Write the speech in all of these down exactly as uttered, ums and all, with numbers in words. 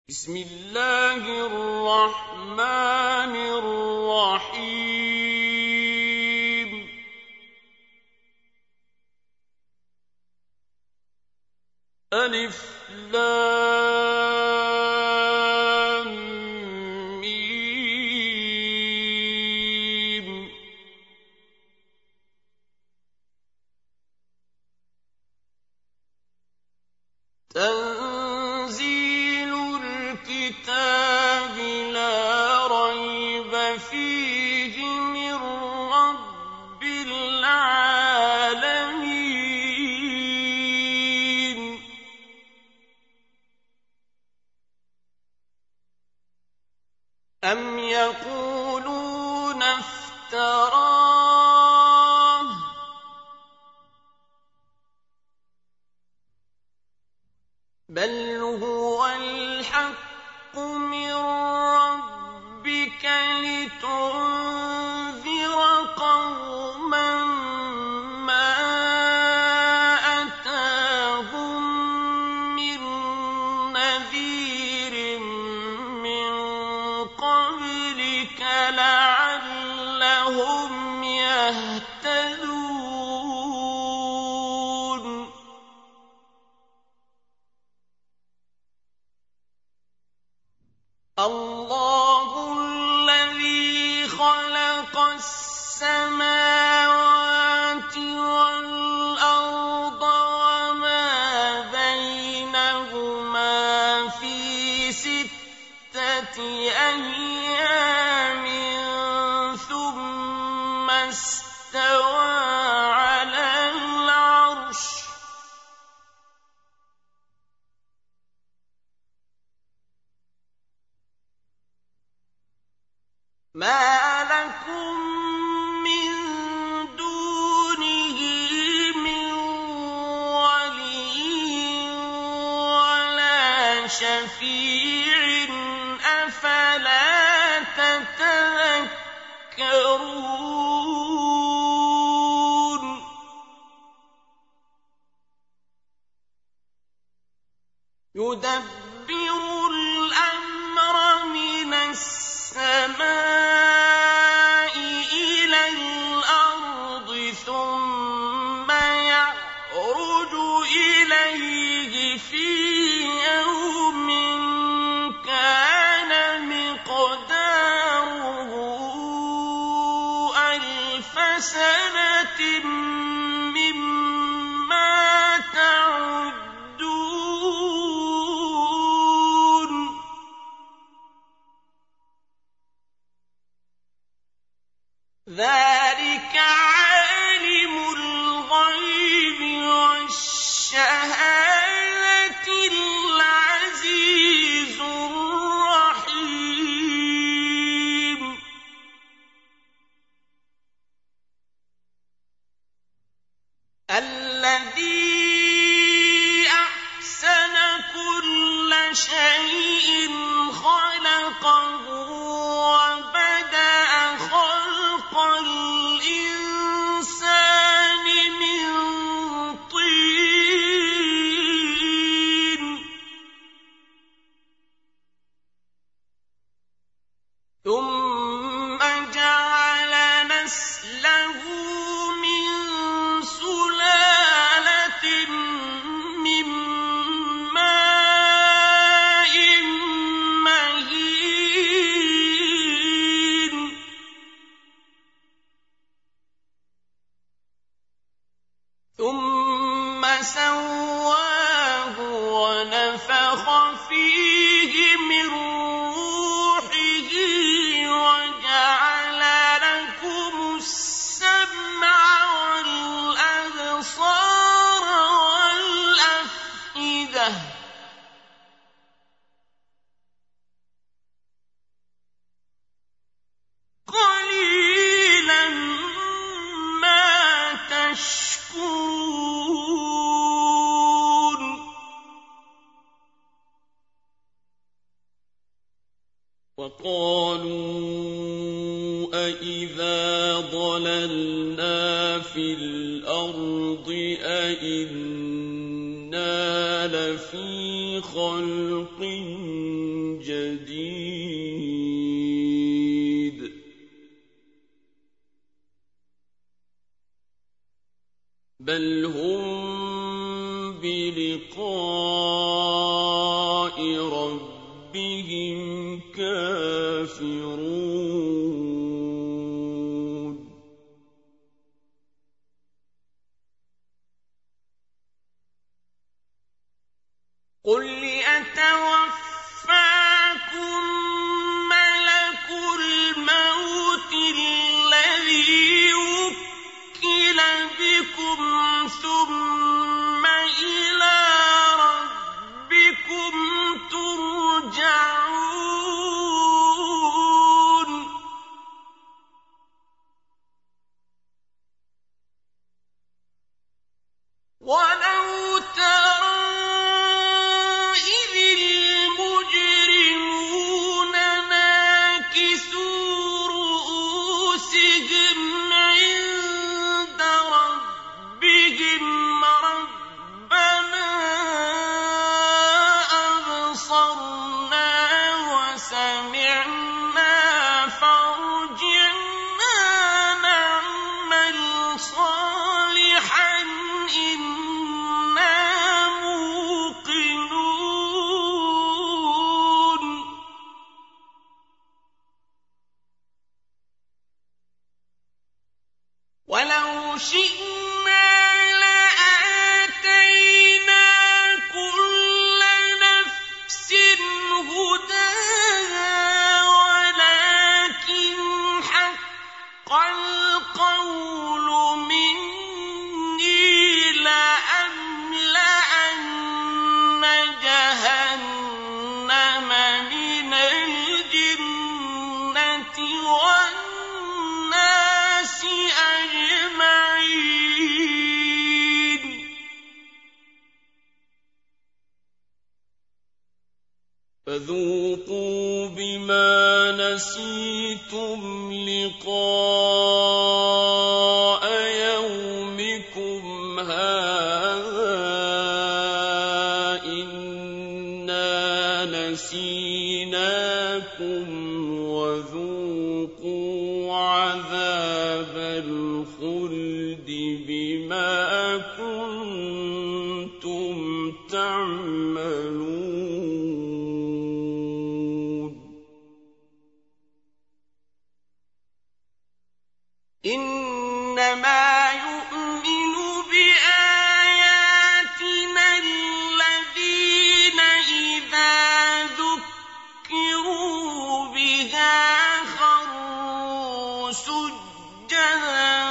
بسم الله الرحمن الرحيم ألف لام ميم تنزيل الكتاب لا ريب فيه من رب العالمين أم يقولون افتراه بل هو الحق من ربك لتنذر قوما ما أتاهم من نذير من قبلك لعلهم يهتدون الله الذي خلق السماوات والأرض وما بينهما في ستة أيام ثم استوى على العرش ما لكم من دونه من ولي ولا شفيع أفلا تتذكرون يدبر الأمر من السماء إلى الأرض ثم يعرج إليه في يوم كان مقداره ألف سنة مما تعدون ذلك عالم الغيب والشهادة العزيز الرحيم الذي أحسن كل شيء خلقه وبدأ خلق الإنسان من طين ثم جعل نسله من سلالة من ماء مهين ثم سواه ونفخ فيه من روحه وجعل لكم السمع والأبصار والأفئدة قليلا ما تشكرون وقالوا أإذا ضللنا في الأرض أإنا لفي خلق بل هم بلقاء ربهم كافرون قل يتوفاكم ملك الموت الذي وكل بكم ثم إلى ربكم ترجعون ولو ترى ولو شئنا لآتينا كل نفس هداها ولكن حق القول مني لأملأن جهنم من الجنة والناس أجمعين فذوقوا بما نسيتم لقاء يومكم هذا إنا نسيناكم وذوقوا عذاب الخلد بما كنتم تعملون إنما يؤمن بآياتنا الذين إذا ذكروا بها خروا سجدا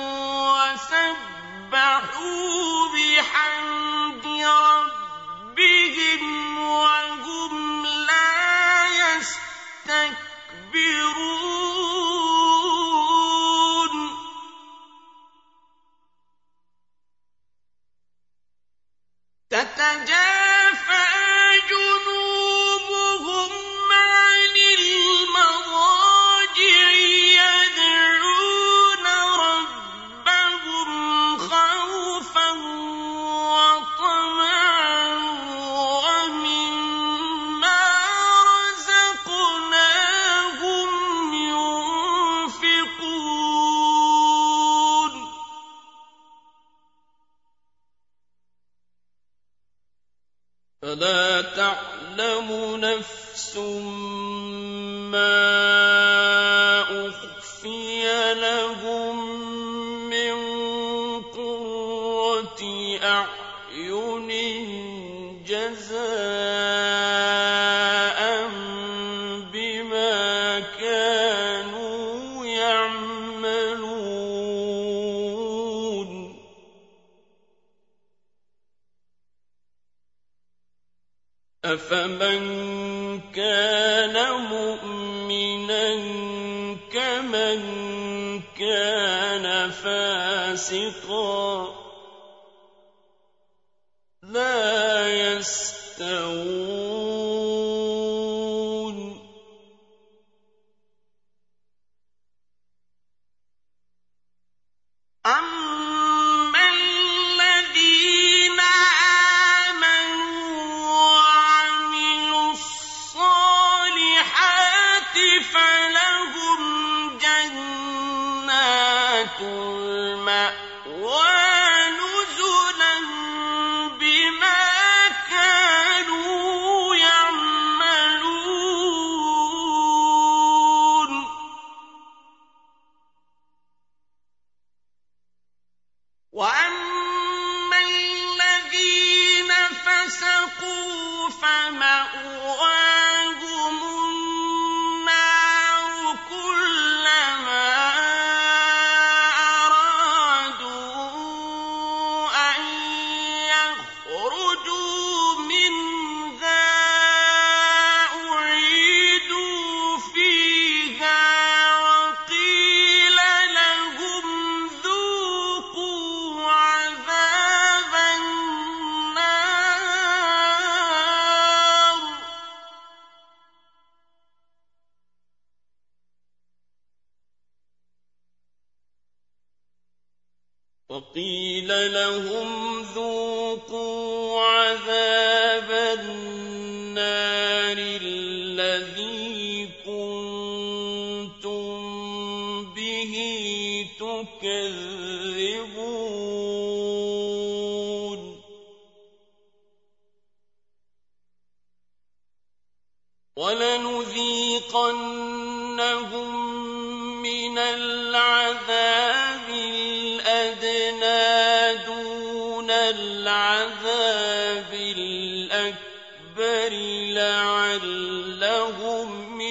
وسبحوا بحمد ربهم وهم لا يستكبرون تتجافى جنوبهم عن المضاجع يدعون ربهم خوفا وطمعا ومما رزقناهم ينفقون فلا تعلم نفس ما أخفي لهم من قرة أعين جزاء بما كانوا يعملون أفمن كان مؤمنا كمن كان فاسقا لا يستوون أما الذين آمنوا وعملوا الصالحات فلهم جنات المأوى وقيل لهم ذوقوا عذاب النار الذي كنتم به تكذبون ولنذيقنهم من العذاب الأدنى دون العذاب الأكبر لعلهم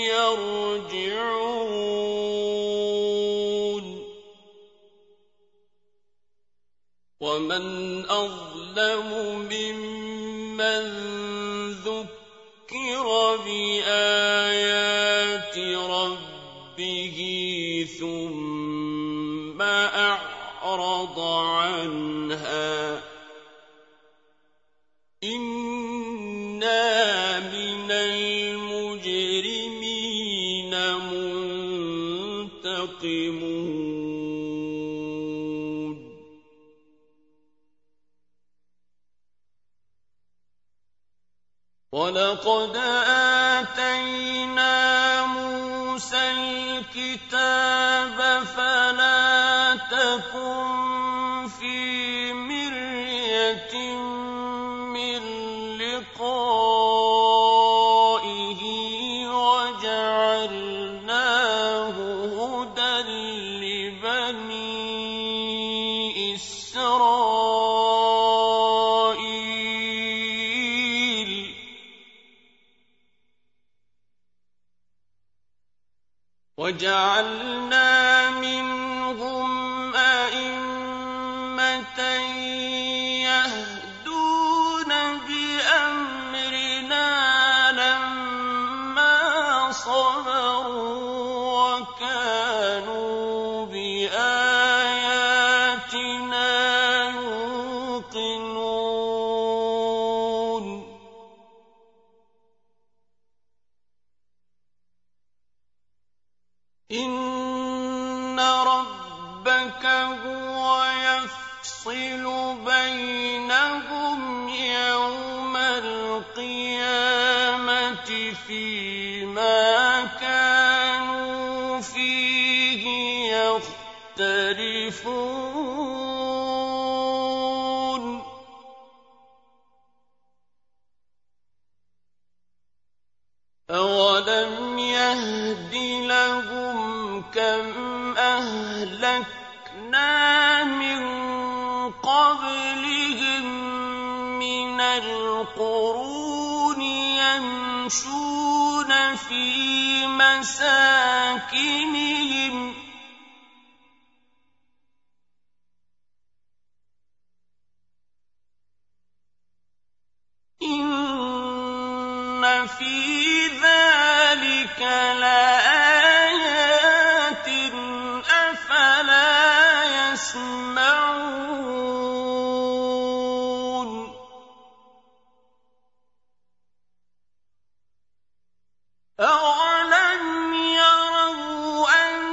يرجعون ومن أظلم ممن ذكر بآيات ربه ثم أعرض عنها إنا من المجرمين منتقمون ولقد آتينا موسى الكتاب فلا تكن في مرية من لقائه وجعلناه هدى لبني إسرائيل وجعلنا منهم أئمة يهدون بأمرنا لما صبروا وكانوا بآياتنا يوقنون إن ربك هو يفصل بينهم يوم القيامة فيما كانوا فيه يختلفون أولم يهد لهم كم أهلكنا من قبلهم من القرون يمشون في مساكنهم إن في ذلك لآيات أفلا يسمعون أولم يروا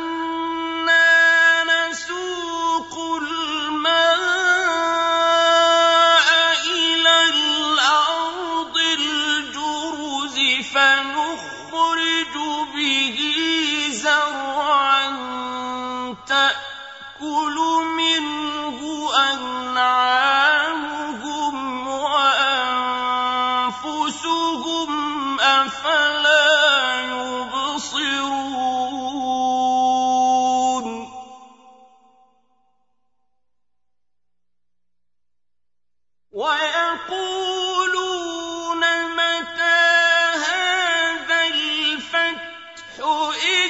أنا نسوق الماء إلى الأرض الجرز فنخرج به زرعا تأكل منه أنعامهم وأنفسهم أفلا يبصرون ويقولون متى هذا الفتح إن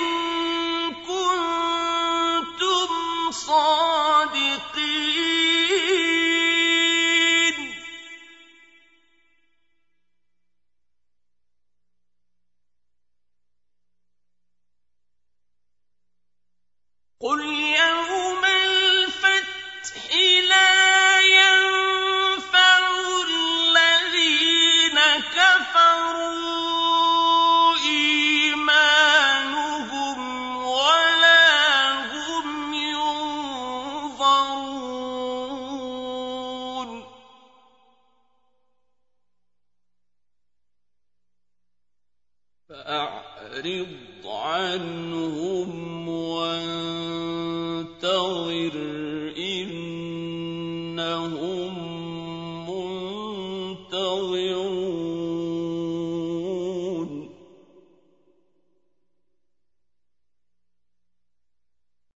كنتم صادقين فأعرض عنهم وانتظر